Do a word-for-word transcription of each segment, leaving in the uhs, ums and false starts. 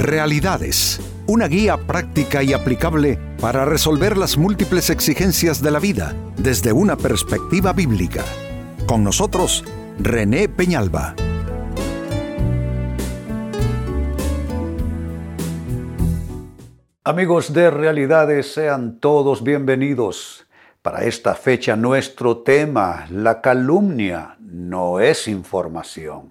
Realidades, una guía práctica y aplicable para resolver las múltiples exigencias de la vida desde una perspectiva bíblica. Con nosotros, René Peñalba. Amigos de Realidades, sean todos bienvenidos. Para esta fecha nuestro tema, la calumnia no es información.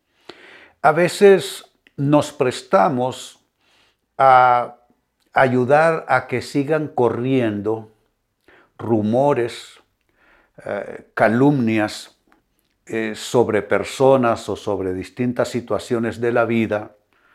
A veces nos prestamos a ayudar a que sigan corriendo rumores, eh, calumnias eh, sobre personas o sobre distintas situaciones de la vida,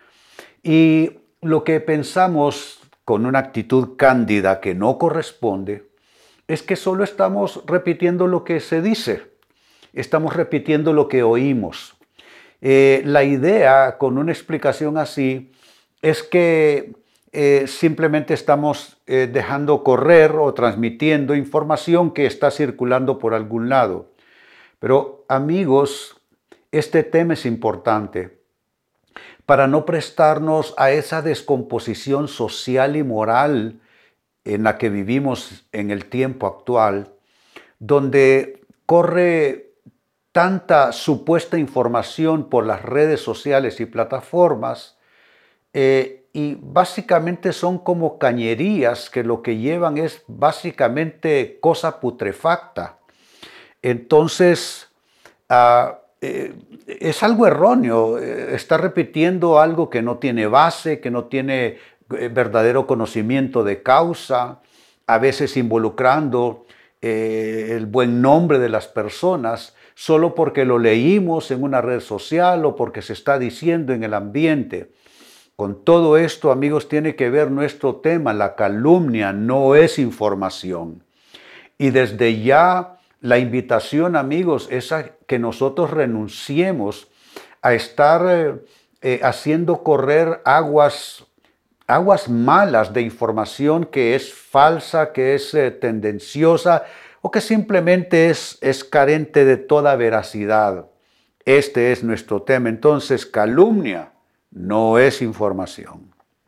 y lo que pensamos con una actitud cándida que no corresponde es que solo estamos repitiendo lo que se dice, estamos repitiendo lo que oímos. Eh, la idea con una explicación así es que eh, simplemente estamos eh, dejando correr o transmitiendo información que está circulando por algún lado. Pero amigos, este tema es importante para no prestarnos a esa descomposición social y moral en la que vivimos en el tiempo actual, donde corre tanta supuesta información por las redes sociales y plataformas, eh, y básicamente son como cañerías que lo que llevan es básicamente cosa putrefacta. Entonces, uh, eh, es algo erróneo, eh, está repitiendo algo que no tiene base, que no tiene eh, verdadero conocimiento de causa, a veces involucrando eh, el buen nombre de las personas, solo porque lo leímos en una red social o porque se está diciendo en el ambiente. Con todo esto, amigos, tiene que ver nuestro tema. La calumnia no es información. Y desde ya la invitación, amigos, es a que nosotros renunciemos a estar eh, eh, haciendo correr aguas, aguas malas de información que es falsa, que es eh, tendenciosa, o que simplemente es, es carente de toda veracidad. Este es nuestro tema. Entonces, calumnia no es información.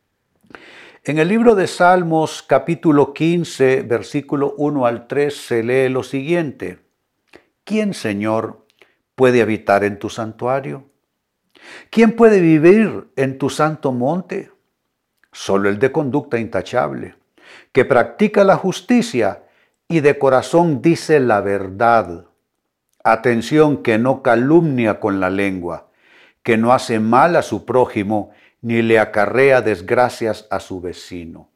En el libro de Salmos, capítulo quince, versículo uno al tres, se lee lo siguiente: ¿Quién, Señor, puede habitar en tu santuario? ¿Quién puede vivir en tu santo monte? Solo el de conducta intachable, que practica la justicia y de corazón dice la verdad. Atención, que no calumnia con la lengua, que no hace mal a su prójimo, ni le acarrea desgracias a su vecino.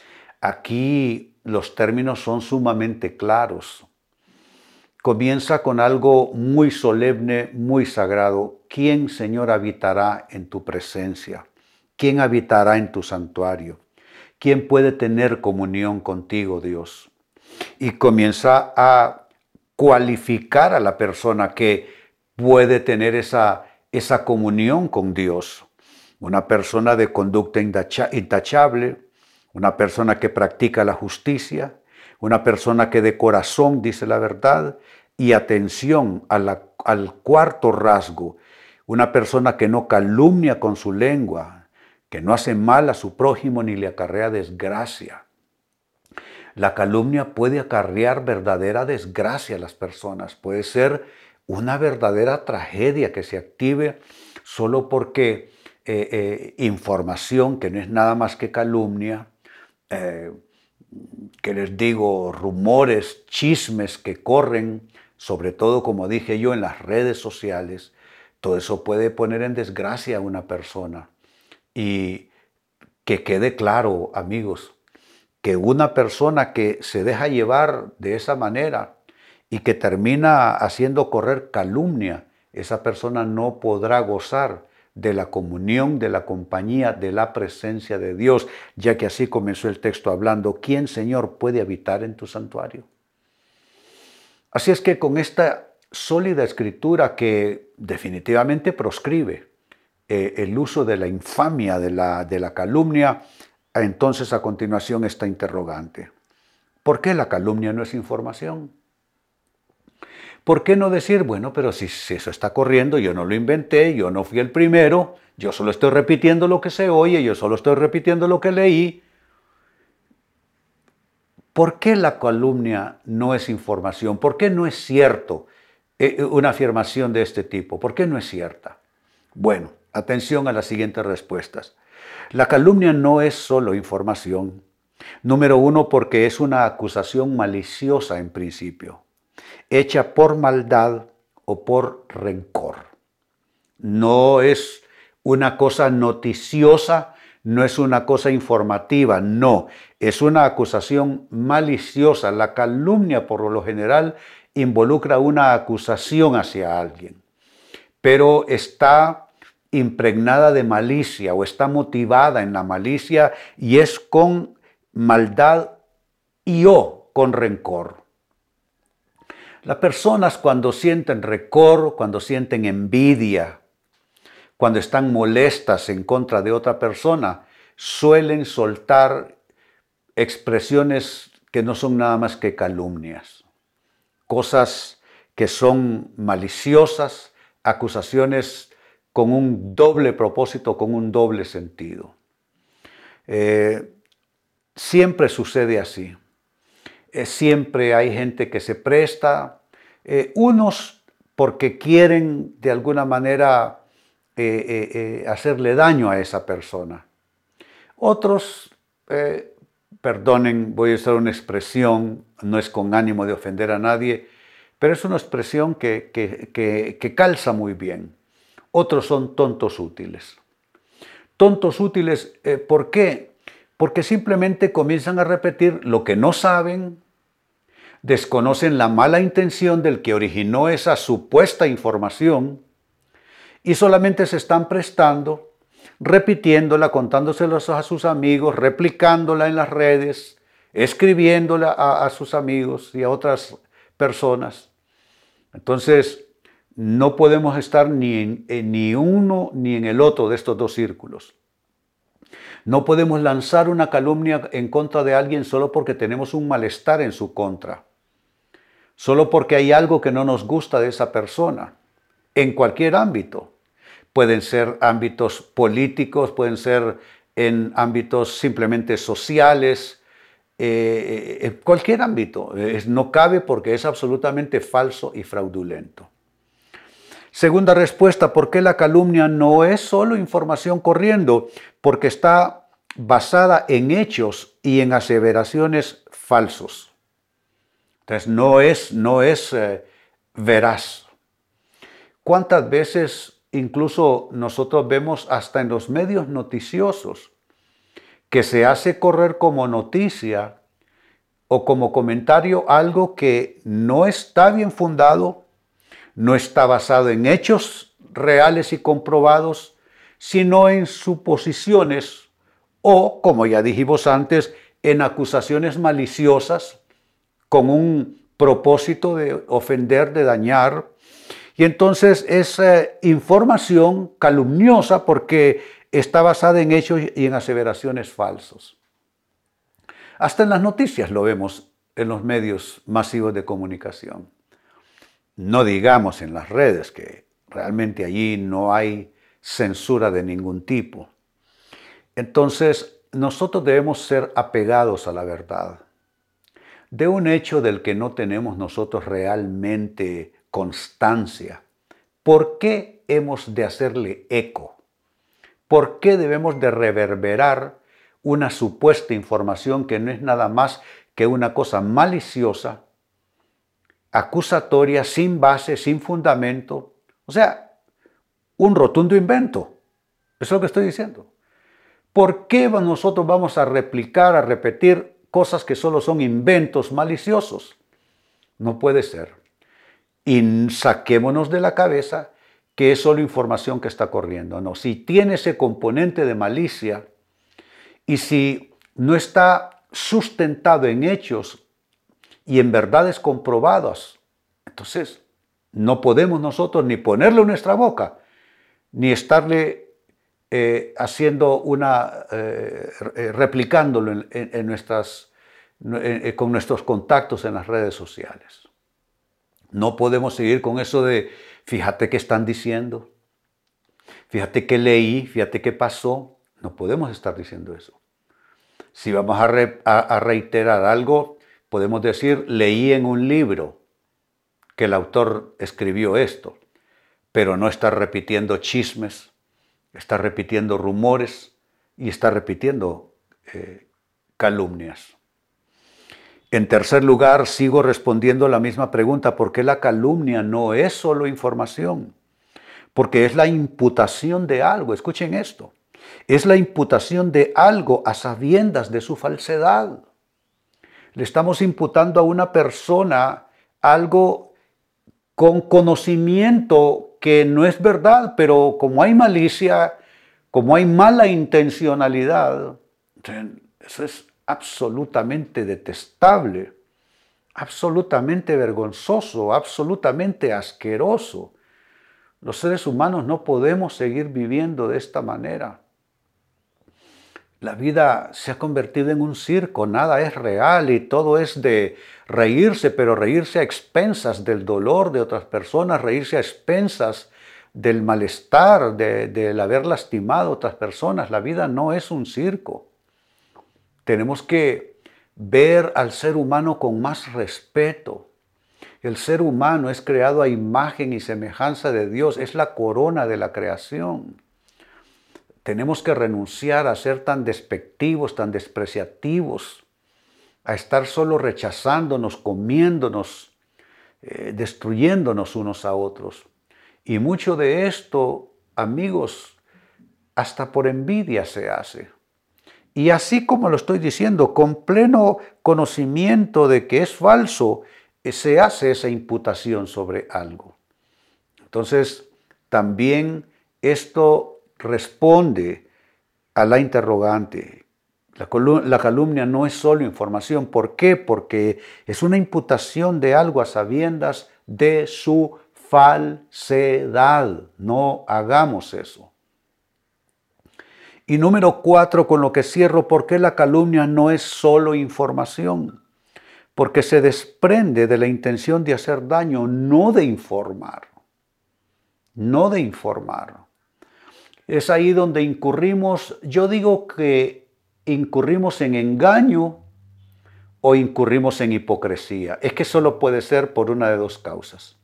Aquí los términos son sumamente claros. Comienza con algo muy solemne, muy sagrado. ¿Quién, Señor, habitará en tu presencia? ¿Quién habitará en tu santuario? ¿Quién puede tener comunión contigo, Dios? Y comienza a cualificar a la persona que puede tener esa, esa comunión con Dios. Una persona de conducta intachable, una persona que practica la justicia, una persona que de corazón dice la verdad, y atención a la, al cuarto rasgo, una persona que no calumnia con su lengua, que no hace mal a su prójimo ni le acarrea desgracia. La calumnia puede acarrear verdadera desgracia a las personas, puede ser una verdadera tragedia que se active solo porque eh, eh, información que no es nada más que calumnia, eh, que les digo, rumores, chismes que corren, sobre todo, como dije yo, en las redes sociales, todo eso puede poner en desgracia a una persona. Y que quede claro, amigos, que una persona que se deja llevar de esa manera y que termina haciendo correr calumnia, esa persona no podrá gozar de la comunión, de la compañía, de la presencia de Dios, ya que así comenzó el texto hablando: ¿quién, Señor, puede habitar en tu santuario? Así es que con esta sólida escritura que definitivamente proscribe eh, el uso de la infamia, de la, de la calumnia, entonces a continuación esta interrogante: ¿por qué la calumnia no es información? ¿Por qué no decir, bueno, pero si, si eso está corriendo, yo no lo inventé, yo no fui el primero, yo solo estoy repitiendo lo que se oye, yo solo estoy repitiendo lo que leí? ¿Por qué la calumnia no es información? ¿Por qué no es cierto eh, una afirmación de este tipo? ¿Por qué no es cierta? Bueno, atención a las siguientes respuestas. La calumnia no es solo información. Número uno, porque es una acusación maliciosa en principio, hecha por maldad o por rencor. No es una cosa noticiosa, no es una cosa informativa, no, es una acusación maliciosa. La calumnia, por lo general, involucra una acusación hacia alguien, pero está impregnada de malicia o está motivada en la malicia y es con maldad y o con rencor. Las personas cuando sienten rencor, cuando sienten envidia, cuando están molestas en contra de otra persona, suelen soltar expresiones que no son nada más que calumnias, cosas que son maliciosas, acusaciones con un doble propósito, con un doble sentido. Eh, siempre sucede así. Eh, siempre hay gente que se presta, eh, unos porque quieren de alguna manera Eh, eh, eh, hacerle daño a esa persona. Otros, eh, perdonen, voy a usar una expresión, no es con ánimo de ofender a nadie, pero es una expresión que, que, que, que calza muy bien. Otros son tontos útiles. Tontos útiles, eh, ¿por qué? Porque simplemente comienzan a repetir lo que no saben, desconocen la mala intención del que originó esa supuesta información, y solamente se están prestando, repitiéndola, contándosela a sus amigos, replicándola en las redes, escribiéndola a, a sus amigos y a otras personas. Entonces, no podemos estar ni en, en ni uno ni en el otro de estos dos círculos. No podemos lanzar una calumnia en contra de alguien solo porque tenemos un malestar en su contra, solo porque hay algo que no nos gusta de esa persona, en cualquier ámbito. Pueden ser ámbitos políticos, pueden ser en ámbitos simplemente sociales, eh, en cualquier ámbito. Es, no cabe porque es absolutamente falso y fraudulento. Segunda respuesta, ¿por qué la calumnia no es solo información corriendo? Porque está basada en hechos y en aseveraciones falsos. Entonces no es, no es eh, veraz. ¿Cuántas veces incluso nosotros vemos hasta en los medios noticiosos que se hace correr como noticia o como comentario algo que no está bien fundado, no está basado en hechos reales y comprobados, sino en suposiciones o, como ya dijimos antes, en acusaciones maliciosas con un propósito de ofender, de dañar? Y entonces es eh, información calumniosa porque está basada en hechos y en aseveraciones falsos. Hasta en las noticias lo vemos en los medios masivos de comunicación. No digamos en las redes, que realmente allí no hay censura de ningún tipo. Entonces, nosotros debemos ser apegados a la verdad. De un hecho del que no tenemos nosotros realmente constancia, ¿por qué hemos de hacerle eco? ¿Por qué debemos de reverberar una supuesta información que no es nada más que una cosa maliciosa, acusatoria, sin base, sin fundamento? O sea, un rotundo invento. Eso es lo que estoy diciendo. ¿Por qué nosotros vamos a replicar, a repetir cosas que solo son inventos maliciosos? No puede ser. Y saquémonos de la cabeza que es solo información que está corriendo. No, si tiene ese componente de malicia y si no está sustentado en hechos y en verdades comprobadas, entonces no podemos nosotros ni ponerlo en nuestra boca, ni estarle eh, haciendo una, eh, replicándolo en, en, en nuestras, en, con nuestros contactos en las redes sociales. No podemos seguir con eso de, fíjate qué están diciendo, fíjate qué leí, fíjate qué pasó. No podemos estar diciendo eso. Si vamos a, re, a, a reiterar algo, podemos decir, leí en un libro que el autor escribió esto, pero no está repitiendo chismes, está repitiendo rumores y está repitiendo eh, calumnias. En tercer lugar, sigo respondiendo la misma pregunta, ¿por qué la calumnia no es solo información? Porque es la imputación de algo, escuchen esto, es la imputación de algo a sabiendas de su falsedad. Le estamos imputando a una persona algo con conocimiento que no es verdad, pero como hay malicia, como hay mala intencionalidad, eso es absolutamente detestable, absolutamente vergonzoso, absolutamente asqueroso. Los seres humanos no podemos seguir viviendo de esta manera. La vida se ha convertido en un circo, nada es real y todo es de reírse, pero reírse a expensas del dolor de otras personas, reírse a expensas del malestar, de, del haber lastimado a otras personas. La vida no es un circo. Tenemos que ver al ser humano con más respeto. El ser humano es creado a imagen y semejanza de Dios, es la corona de la creación. Tenemos que renunciar a ser tan despectivos, tan despreciativos, a estar solo rechazándonos, comiéndonos, eh, destruyéndonos unos a otros. Y mucho de esto, amigos, hasta por envidia se hace. Y así como lo estoy diciendo, con pleno conocimiento de que es falso, se hace esa imputación sobre algo. Entonces, también esto responde a la interrogante. La, la calumnia no es solo información. ¿Por qué? Porque es una imputación de algo a sabiendas de su falsedad. No hagamos eso. Y número cuatro, con lo que cierro, ¿por qué la calumnia no es solo información? Porque se desprende de la intención de hacer daño, no de informar. No de informar. Es ahí donde incurrimos, yo digo que incurrimos en engaño o incurrimos en hipocresía. Es que solo puede ser por una de dos causas.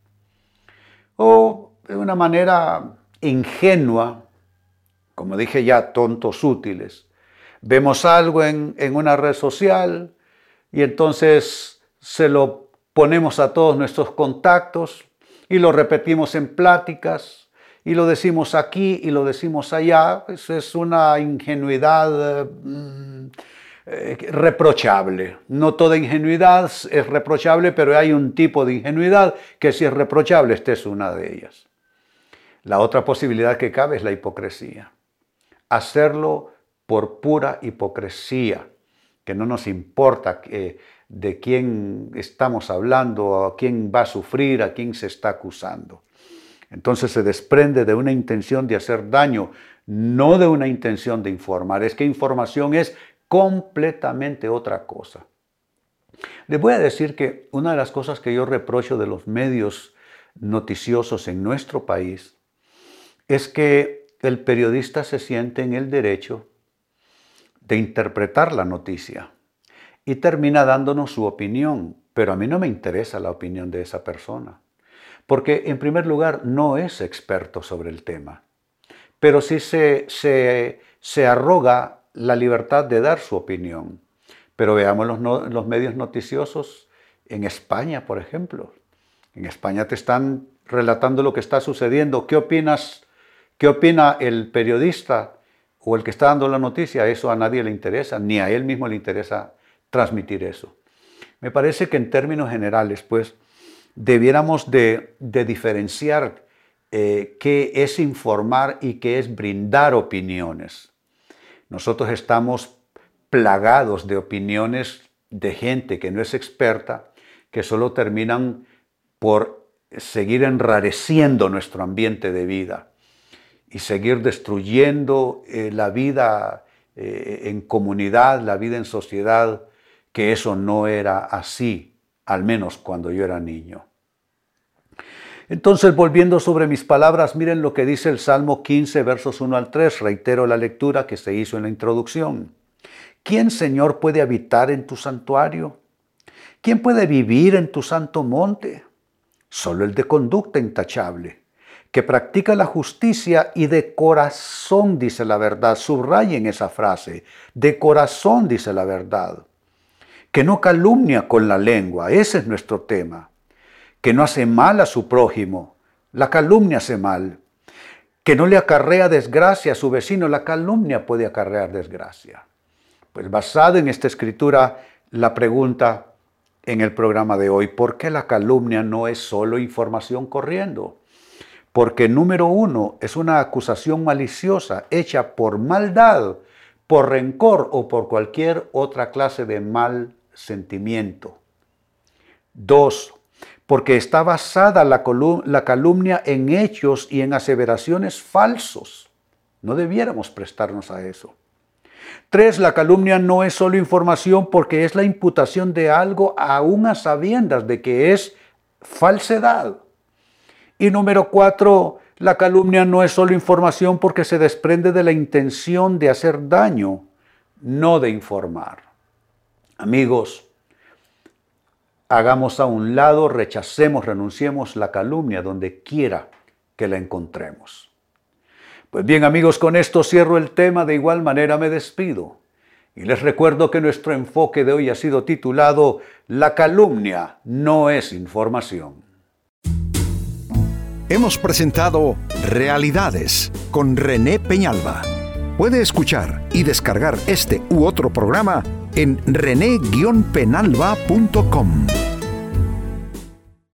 O de una manera ingenua, como dije ya, tontos útiles. Vemos algo en, en una red social y entonces se lo ponemos a todos nuestros contactos y lo repetimos en pláticas y lo decimos aquí y lo decimos allá. Eso es una ingenuidad eh, eh, reprochable. No toda ingenuidad es reprochable, pero hay un tipo de ingenuidad que sí es reprochable. Esta es una de ellas. La otra posibilidad que cabe es la hipocresía. Hacerlo por pura hipocresía, que no nos importa eh, de quién estamos hablando, a quién va a sufrir, a quién se está acusando. Entonces se desprende de una intención de hacer daño, no de una intención de informar. Es que información es completamente otra cosa. Les voy a decir que una de las cosas que yo reprocho de los medios noticiosos en nuestro país es que el periodista se siente en el derecho de interpretar la noticia y termina dándonos su opinión, pero a mí no me interesa la opinión de esa persona, porque en primer lugar no es experto sobre el tema, pero sí se, se, se arroga la libertad de dar su opinión. Pero veamos los, no, los medios noticiosos en España, por ejemplo. En España te están relatando lo que está sucediendo. ¿Qué opinas? ¿Qué opina el periodista o el que está dando la noticia? Eso a nadie le interesa, ni a él mismo le interesa transmitir eso. Me parece que en términos generales, pues, debiéramos de, de diferenciar eh, qué es informar y qué es brindar opiniones. Nosotros estamos plagados de opiniones de gente que no es experta, que solo terminan por seguir enrareciendo nuestro ambiente de vida y seguir destruyendo eh, la vida eh, en comunidad, la vida en sociedad, que eso no era así, al menos cuando yo era niño. Entonces, volviendo sobre mis palabras, miren lo que dice el Salmo quince, versos uno al tres. Reitero la lectura que se hizo en la introducción. ¿Quién, Señor, puede habitar en tu santuario? ¿Quién puede vivir en tu santo monte? Solo el de conducta intachable, que practica la justicia y de corazón dice la verdad. Subrayen esa frase, de corazón dice la verdad. Que no calumnia con la lengua, ese es nuestro tema. Que no hace mal a su prójimo, la calumnia hace mal. Que no le acarrea desgracia a su vecino, la calumnia puede acarrear desgracia. Pues basado en esta escritura, la pregunta en el programa de hoy, ¿por qué la calumnia no es solo información corriendo? Porque número uno, es una acusación maliciosa hecha por maldad, por rencor o por cualquier otra clase de mal sentimiento. Dos, porque está basada la, la calumnia en hechos y en aseveraciones falsos. No debiéramos prestarnos a eso. Tres, la calumnia no es solo información porque es la imputación de algo aún a sabiendas de que es falsedad. Y número cuatro, la calumnia no es solo información porque se desprende de la intención de hacer daño, no de informar. Amigos, hagamos a un lado, rechacemos, renunciemos la calumnia donde quiera que la encontremos. Pues bien, amigos, con esto cierro el tema, de igual manera me despido. Y les recuerdo que nuestro enfoque de hoy ha sido titulado La calumnia no es información. Hemos presentado Realidades con René Peñalba. Puede escuchar y descargar este u otro programa en rene guion penalba punto com.